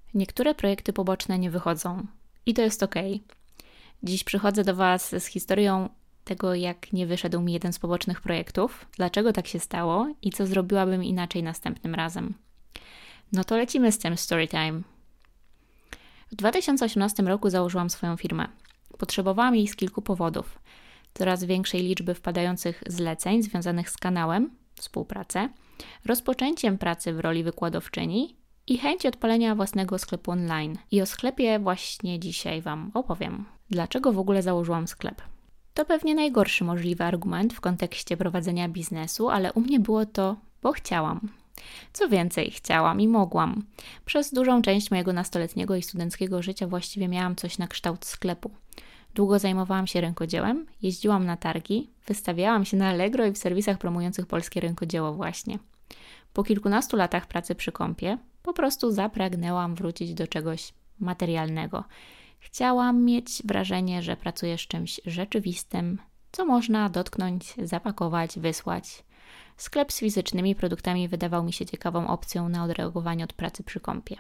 Niektóre projekty poboczne nie wychodzą i to jest okej. Dziś przychodzę do Was z historią tego, jak nie wyszedł mi jeden z pobocznych projektów, dlaczego tak się stało i co zrobiłabym inaczej następnym razem. No to lecimy z tym storytime. W 2018 roku założyłam swoją firmę. Potrzebowałam jej z kilku powodów. Coraz większej liczby wpadających zleceń związanych z kanałem, współpracę, rozpoczęciem pracy w roli wykładowczyni i chęć odpalenia własnego sklepu online. I o sklepie właśnie dzisiaj Wam opowiem. Dlaczego w ogóle założyłam sklep? To pewnie najgorszy możliwy argument w kontekście prowadzenia biznesu, ale u mnie było to, bo chciałam. Co więcej, chciałam i mogłam. Przez dużą część mojego nastoletniego i studenckiego życia właściwie miałam coś na kształt sklepu. Długo zajmowałam się rękodziełem, jeździłam na targi, wystawiałam się na Allegro i w serwisach promujących polskie rękodzieło właśnie. Po kilkunastu latach pracy przy kompie po prostu zapragnęłam wrócić do czegoś materialnego. Chciałam mieć wrażenie, że pracuję z czymś rzeczywistym, co można dotknąć, zapakować, wysłać. Sklep z fizycznymi produktami wydawał mi się ciekawą opcją na odreagowanie od pracy przy kompie.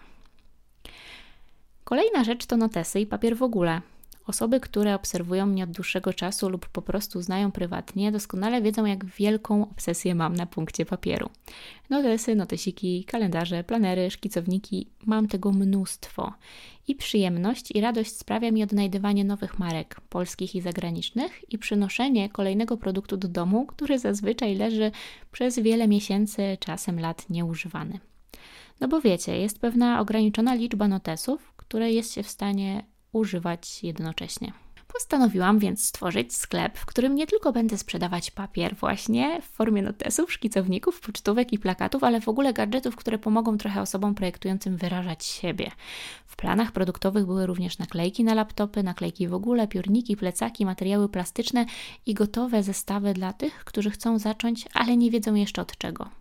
Kolejna rzecz to notesy i papier w ogóle. Osoby, które obserwują mnie od dłuższego czasu lub po prostu znają prywatnie, doskonale wiedzą, jak wielką obsesję mam na punkcie papieru. Notesy, notesiki, kalendarze, planery, szkicowniki, mam tego mnóstwo. I przyjemność i radość sprawia mi odnajdywanie nowych marek, polskich i zagranicznych, i przynoszenie kolejnego produktu do domu, który zazwyczaj leży przez wiele miesięcy, czasem lat nieużywany. No bo wiecie, jest pewna ograniczona liczba notesów, które jest się w stanie używać jednocześnie. Postanowiłam więc stworzyć sklep, w którym nie tylko będę sprzedawać papier właśnie w formie notesów, szkicowników, pocztówek i plakatów, ale w ogóle gadżetów, które pomogą trochę osobom projektującym wyrażać siebie. W planach produktowych były również naklejki na laptopy, naklejki w ogóle, piórniki, plecaki, materiały plastyczne i gotowe zestawy dla tych, którzy chcą zacząć, ale nie wiedzą jeszcze od czego.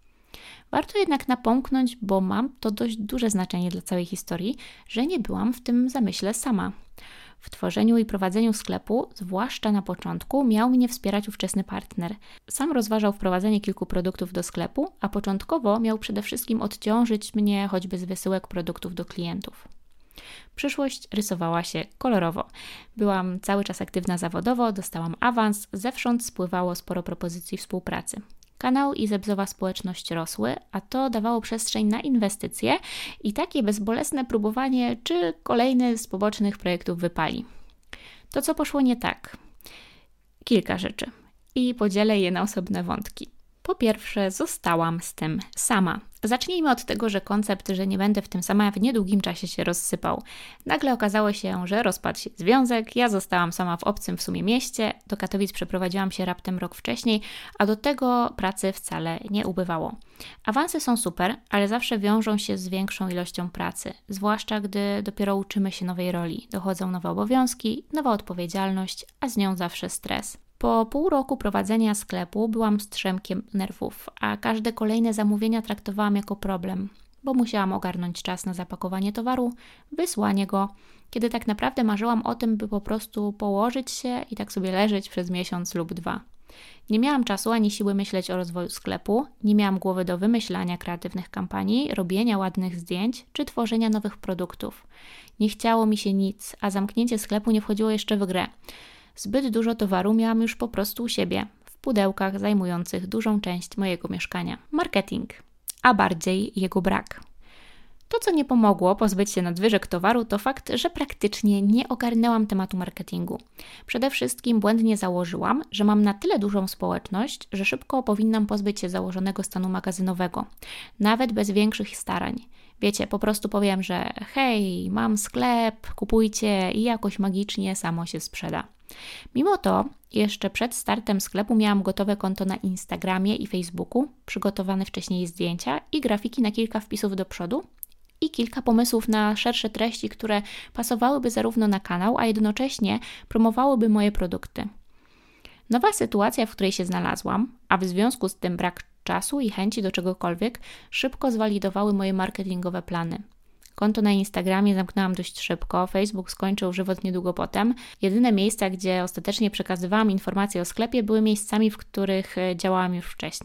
Warto jednak napomknąć, bo mam to dość duże znaczenie dla całej historii, że nie byłam w tym zamyśle sama. W tworzeniu i prowadzeniu sklepu, zwłaszcza na początku, miał mnie wspierać ówczesny partner. Sam rozważał wprowadzenie kilku produktów do sklepu, a początkowo miał przede wszystkim odciążyć mnie choćby z wysyłek produktów do klientów. Przyszłość rysowała się kolorowo. Byłam cały czas aktywna zawodowo, dostałam awans, zewsząd spływało sporo propozycji współpracy. Kanał i zebzowa społeczność rosły, a to dawało przestrzeń na inwestycje i takie bezbolesne próbowanie, czy kolejny z pobocznych projektów wypali. To, co poszło nie tak? Kilka rzeczy i podzielę je na osobne wątki. Po pierwsze, zostałam z tym sama. Zacznijmy od tego, że koncept, że nie będę w tym sama, w niedługim czasie się rozsypał. Nagle okazało się, że rozpadł się związek, ja zostałam sama w obcym w sumie mieście, do Katowic przeprowadziłam się raptem rok wcześniej, a do tego pracy wcale nie ubywało. Awanse są super, ale zawsze wiążą się z większą ilością pracy, zwłaszcza gdy dopiero uczymy się nowej roli. Dochodzą nowe obowiązki, nowa odpowiedzialność, a z nią zawsze stres. Po pół roku prowadzenia sklepu byłam strzępkiem nerwów, a każde kolejne zamówienia traktowałam jako problem, bo musiałam ogarnąć czas na zapakowanie towaru, wysłanie go, kiedy tak naprawdę marzyłam o tym, by po prostu położyć się i tak sobie leżeć przez miesiąc lub dwa. Nie miałam czasu ani siły myśleć o rozwoju sklepu, nie miałam głowy do wymyślania kreatywnych kampanii, robienia ładnych zdjęć czy tworzenia nowych produktów. Nie chciało mi się nic, a zamknięcie sklepu nie wchodziło jeszcze w grę. Zbyt dużo towaru miałam już po prostu u siebie, w pudełkach zajmujących dużą część mojego mieszkania. Marketing, a bardziej jego brak. To, co nie pomogło pozbyć się nadwyżek towaru, to fakt, że praktycznie nie ogarnęłam tematu marketingu. Przede wszystkim błędnie założyłam, że mam na tyle dużą społeczność, że szybko powinnam pozbyć się założonego stanu magazynowego, nawet bez większych starań. Wiecie, po prostu powiem, że hej, mam sklep, kupujcie i jakoś magicznie samo się sprzeda. Mimo to, jeszcze przed startem sklepu miałam gotowe konto na Instagramie i Facebooku, przygotowane wcześniej zdjęcia i grafiki na kilka wpisów do przodu i kilka pomysłów na szersze treści, które pasowałyby zarówno na kanał, a jednocześnie promowałyby moje produkty. Nowa sytuacja, w której się znalazłam, a w związku z tym brak czasu i chęci do czegokolwiek, szybko zwalidowały moje marketingowe plany. Konto na Instagramie zamknęłam dość szybko, Facebook skończył żywot niedługo potem. Jedyne miejsca, gdzie ostatecznie przekazywałam informacje o sklepie, były miejscami, w których działałam już wcześniej.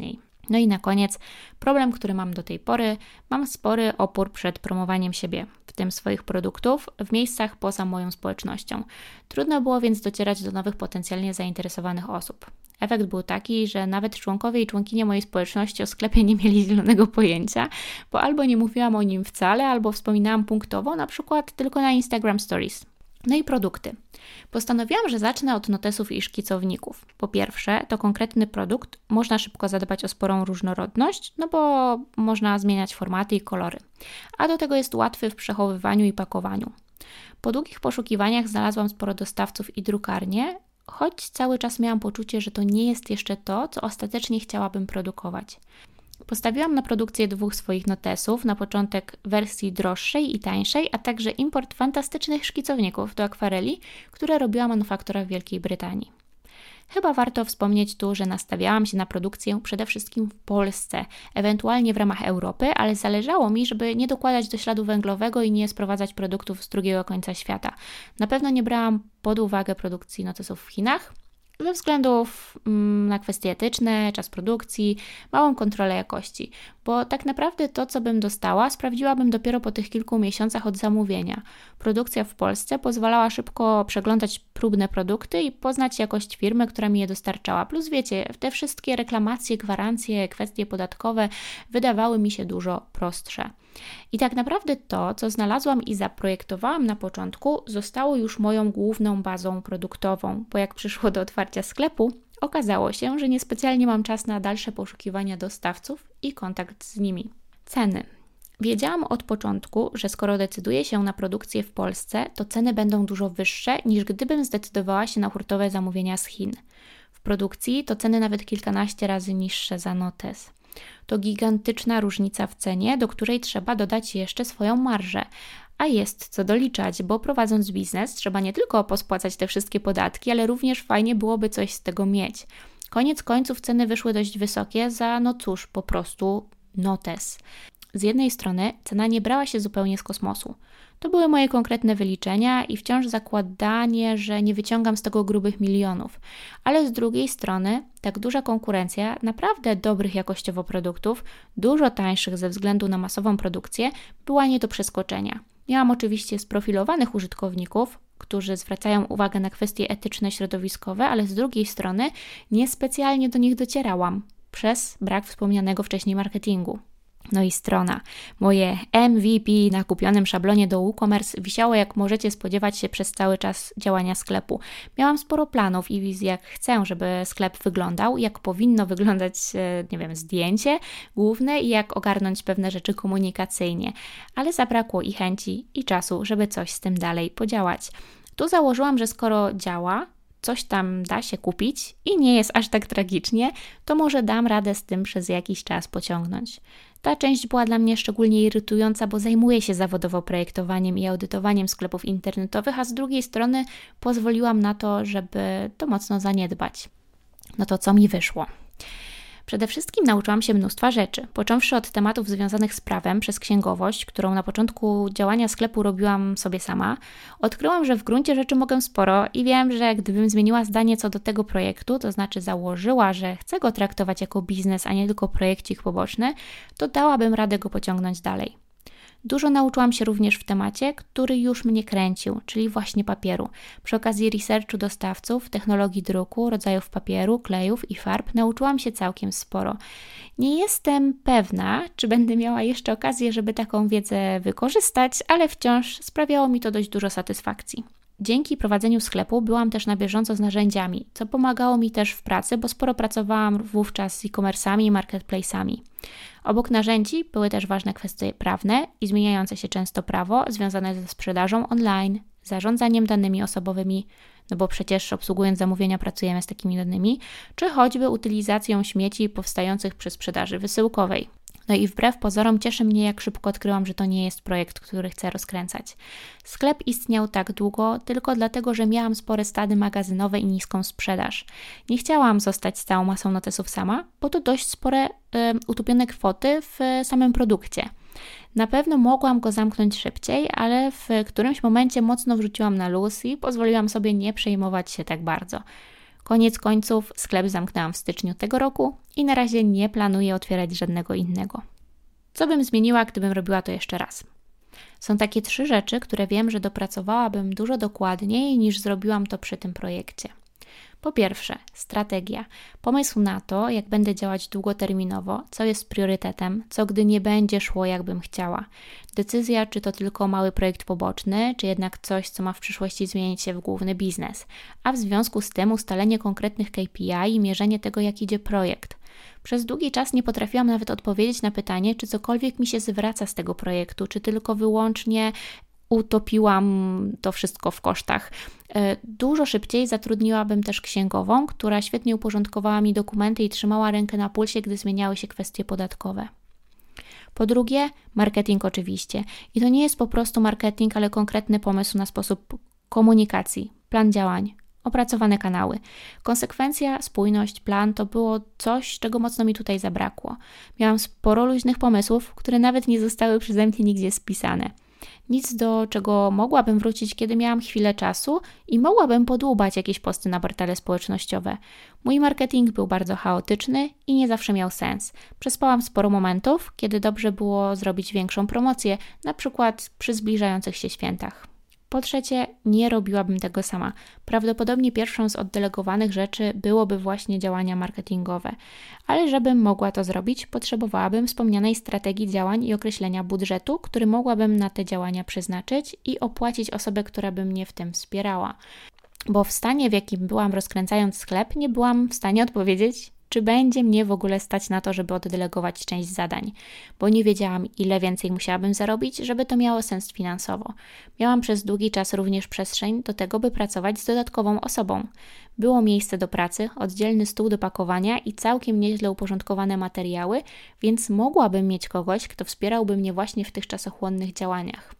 No i na koniec problem, który mam do tej pory. Mam spory opór przed promowaniem siebie, w tym swoich produktów, w miejscach poza moją społecznością. Trudno było więc docierać do nowych potencjalnie zainteresowanych osób. Efekt był taki, że nawet członkowie i członkinie mojej społeczności o sklepie nie mieli zielonego pojęcia, bo albo nie mówiłam o nim wcale, albo wspominałam punktowo, na przykład tylko na Instagram Stories. No i produkty. Postanowiłam, że zacznę od notesów i szkicowników. Po pierwsze, to konkretny produkt, można szybko zadbać o sporą różnorodność, no bo można zmieniać formaty i kolory. A do tego jest łatwy w przechowywaniu i pakowaniu. Po długich poszukiwaniach znalazłam sporo dostawców i drukarnie, choć cały czas miałam poczucie, że to nie jest jeszcze to, co ostatecznie chciałabym produkować. Postawiłam na produkcję 2 swoich notesów, na początek wersji droższej i tańszej, a także import fantastycznych szkicowników do akwareli, które robiła manufaktura w Wielkiej Brytanii. Chyba warto wspomnieć tu, że nastawiałam się na produkcję przede wszystkim w Polsce, ewentualnie w ramach Europy, ale zależało mi, żeby nie dokładać do śladu węglowego i nie sprowadzać produktów z drugiego końca świata. Na pewno nie brałam pod uwagę produkcji notesów w Chinach, ze względów na kwestie etyczne, czas produkcji, małą kontrolę jakości, bo tak naprawdę to, co bym dostała, sprawdziłabym dopiero po tych kilku miesiącach od zamówienia. Produkcja w Polsce pozwalała szybko przeglądać próbne produkty i poznać jakość firmy, która mi je dostarczała. Plus wiecie, te wszystkie reklamacje, gwarancje, kwestie podatkowe wydawały mi się dużo prostsze. I tak naprawdę to, co znalazłam i zaprojektowałam na początku, zostało już moją główną bazą produktową, bo jak przyszło do otwarcia sklepu, okazało się, że niespecjalnie mam czas na dalsze poszukiwania dostawców i kontakt z nimi. Ceny. Wiedziałam od początku, że skoro decyduję się na produkcję w Polsce, to ceny będą dużo wyższe niż gdybym zdecydowała się na hurtowe zamówienia z Chin. W produkcji to ceny nawet kilkanaście razy niższe za notes. To gigantyczna różnica w cenie, do której trzeba dodać jeszcze swoją marżę. A jest co doliczać, bo prowadząc biznes trzeba nie tylko pospłacać te wszystkie podatki, ale również fajnie byłoby coś z tego mieć. Koniec końców ceny wyszły dość wysokie za, no cóż, po prostu notes. Z jednej strony cena nie brała się zupełnie z kosmosu. To były moje konkretne wyliczenia i wciąż zakładanie, że nie wyciągam z tego grubych milionów. Ale z drugiej strony tak duża konkurencja naprawdę dobrych jakościowo produktów, dużo tańszych ze względu na masową produkcję, była nie do przeskoczenia. Miałam oczywiście sprofilowanych użytkowników, którzy zwracają uwagę na kwestie etyczne, środowiskowe, ale z drugiej strony niespecjalnie do nich docierałam przez brak wspomnianego wcześniej marketingu. No i strona. Moje MVP na kupionym szablonie do WooCommerce wisiało, jak możecie spodziewać się, przez cały czas działania sklepu. Miałam sporo planów i wizji, jak chcę, żeby sklep wyglądał, jak powinno wyglądać, zdjęcie główne i jak ogarnąć pewne rzeczy komunikacyjnie. Ale zabrakło i chęci, i czasu, żeby coś z tym dalej podziałać. Tu założyłam, że skoro działa, coś tam da się kupić i nie jest aż tak tragicznie, to może dam radę z tym przez jakiś czas pociągnąć. Ta część była dla mnie szczególnie irytująca, bo zajmuję się zawodowo projektowaniem i audytowaniem sklepów internetowych, a z drugiej strony pozwoliłam na to, żeby to mocno zaniedbać. No to co mi wyszło? Przede wszystkim nauczyłam się mnóstwa rzeczy, począwszy od tematów związanych z prawem przez księgowość, którą na początku działania sklepu robiłam sobie sama. Odkryłam, że w gruncie rzeczy mogę sporo i wiem, że gdybym zmieniła zdanie co do tego projektu, to znaczy założyła, że chcę go traktować jako biznes, a nie tylko projekcik poboczny, to dałabym radę go pociągnąć dalej. Dużo nauczyłam się również w temacie, który już mnie kręcił, czyli właśnie papieru. Przy okazji researchu dostawców, technologii druku, rodzajów papieru, klejów i farb nauczyłam się całkiem sporo. Nie jestem pewna, czy będę miała jeszcze okazję, żeby taką wiedzę wykorzystać, ale wciąż sprawiało mi to dość dużo satysfakcji. Dzięki prowadzeniu sklepu byłam też na bieżąco z narzędziami, co pomagało mi też w pracy, bo sporo pracowałam wówczas z e-commerce'ami i marketplace'ami. Obok narzędzi były też ważne kwestie prawne i zmieniające się często prawo związane ze sprzedażą online, zarządzaniem danymi osobowymi, no bo przecież obsługując zamówienia pracujemy z takimi danymi, czy choćby utylizacją śmieci powstających przy sprzedaży wysyłkowej. No i wbrew pozorom cieszy mnie, jak szybko odkryłam, że to nie jest projekt, który chcę rozkręcać. Sklep istniał tak długo tylko dlatego, że miałam spore stady magazynowe i niską sprzedaż. Nie chciałam zostać z całą masą notesów sama, bo to dość spore utopione kwoty w samym produkcie. Na pewno mogłam go zamknąć szybciej, ale w którymś momencie mocno wrzuciłam na luz i pozwoliłam sobie nie przejmować się tak bardzo. Koniec końców sklep zamknęłam w styczniu tego roku i na razie nie planuję otwierać żadnego innego. Co bym zmieniła, gdybym robiła to jeszcze raz? Są takie 3 rzeczy, które wiem, że dopracowałabym dużo dokładniej niż zrobiłam to przy tym projekcie. Po pierwsze, strategia. Pomysł na to, jak będę działać długoterminowo, co jest priorytetem, co gdy nie będzie szło, jakbym chciała. Decyzja, czy to tylko mały projekt poboczny, czy jednak coś, co ma w przyszłości zmienić się w główny biznes. A w związku z tym ustalenie konkretnych KPI i mierzenie tego, jak idzie projekt. Przez długi czas nie potrafiłam nawet odpowiedzieć na pytanie, czy cokolwiek mi się zwraca z tego projektu, czy tylko wyłącznie utopiłam to wszystko w kosztach. Dużo szybciej zatrudniłabym też księgową, która świetnie uporządkowała mi dokumenty i trzymała rękę na pulsie, gdy zmieniały się kwestie podatkowe. Po drugie, marketing oczywiście. I to nie jest po prostu marketing, ale konkretny pomysł na sposób komunikacji, plan działań, opracowane kanały. Konsekwencja, spójność, plan to było coś, czego mocno mi tutaj zabrakło. Miałam sporo luźnych pomysłów, które nawet nie zostały przeze mnie nigdzie spisane. Nic, do czego mogłabym wrócić, kiedy miałam chwilę czasu i mogłabym podłubać jakieś posty na portale społecznościowe. Mój marketing był bardzo chaotyczny i nie zawsze miał sens. Przespałam sporo momentów, kiedy dobrze było zrobić większą promocję, na przykład przy zbliżających się świętach. Po trzecie, nie robiłabym tego sama. Prawdopodobnie pierwszą z oddelegowanych rzeczy byłoby właśnie działania marketingowe. Ale żebym mogła to zrobić, potrzebowałabym wspomnianej strategii działań i określenia budżetu, który mogłabym na te działania przeznaczyć i opłacić osobę, która by mnie w tym wspierała. Bo w stanie, w jakim byłam rozkręcając sklep, nie byłam w stanie odpowiedzieć, czy będzie mnie w ogóle stać na to, żeby oddelegować część zadań, bo nie wiedziałam, ile więcej musiałabym zarobić, żeby to miało sens finansowo. Miałam przez długi czas również przestrzeń do tego, by pracować z dodatkową osobą. Było miejsce do pracy, oddzielny stół do pakowania i całkiem nieźle uporządkowane materiały, więc mogłabym mieć kogoś, kto wspierałby mnie właśnie w tych czasochłonnych działaniach.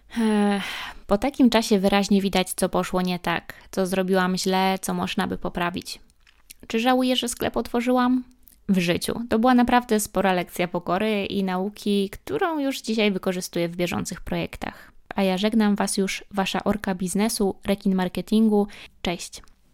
Po takim czasie wyraźnie widać, co poszło nie tak, co zrobiłam źle, co można by poprawić. Czy żałuję, że sklep otworzyłam? W życiu. To była naprawdę spora lekcja pokory i nauki, którą już dzisiaj wykorzystuję w bieżących projektach. A ja żegnam Was już, Wasza orka biznesu, rekin marketingu. Cześć!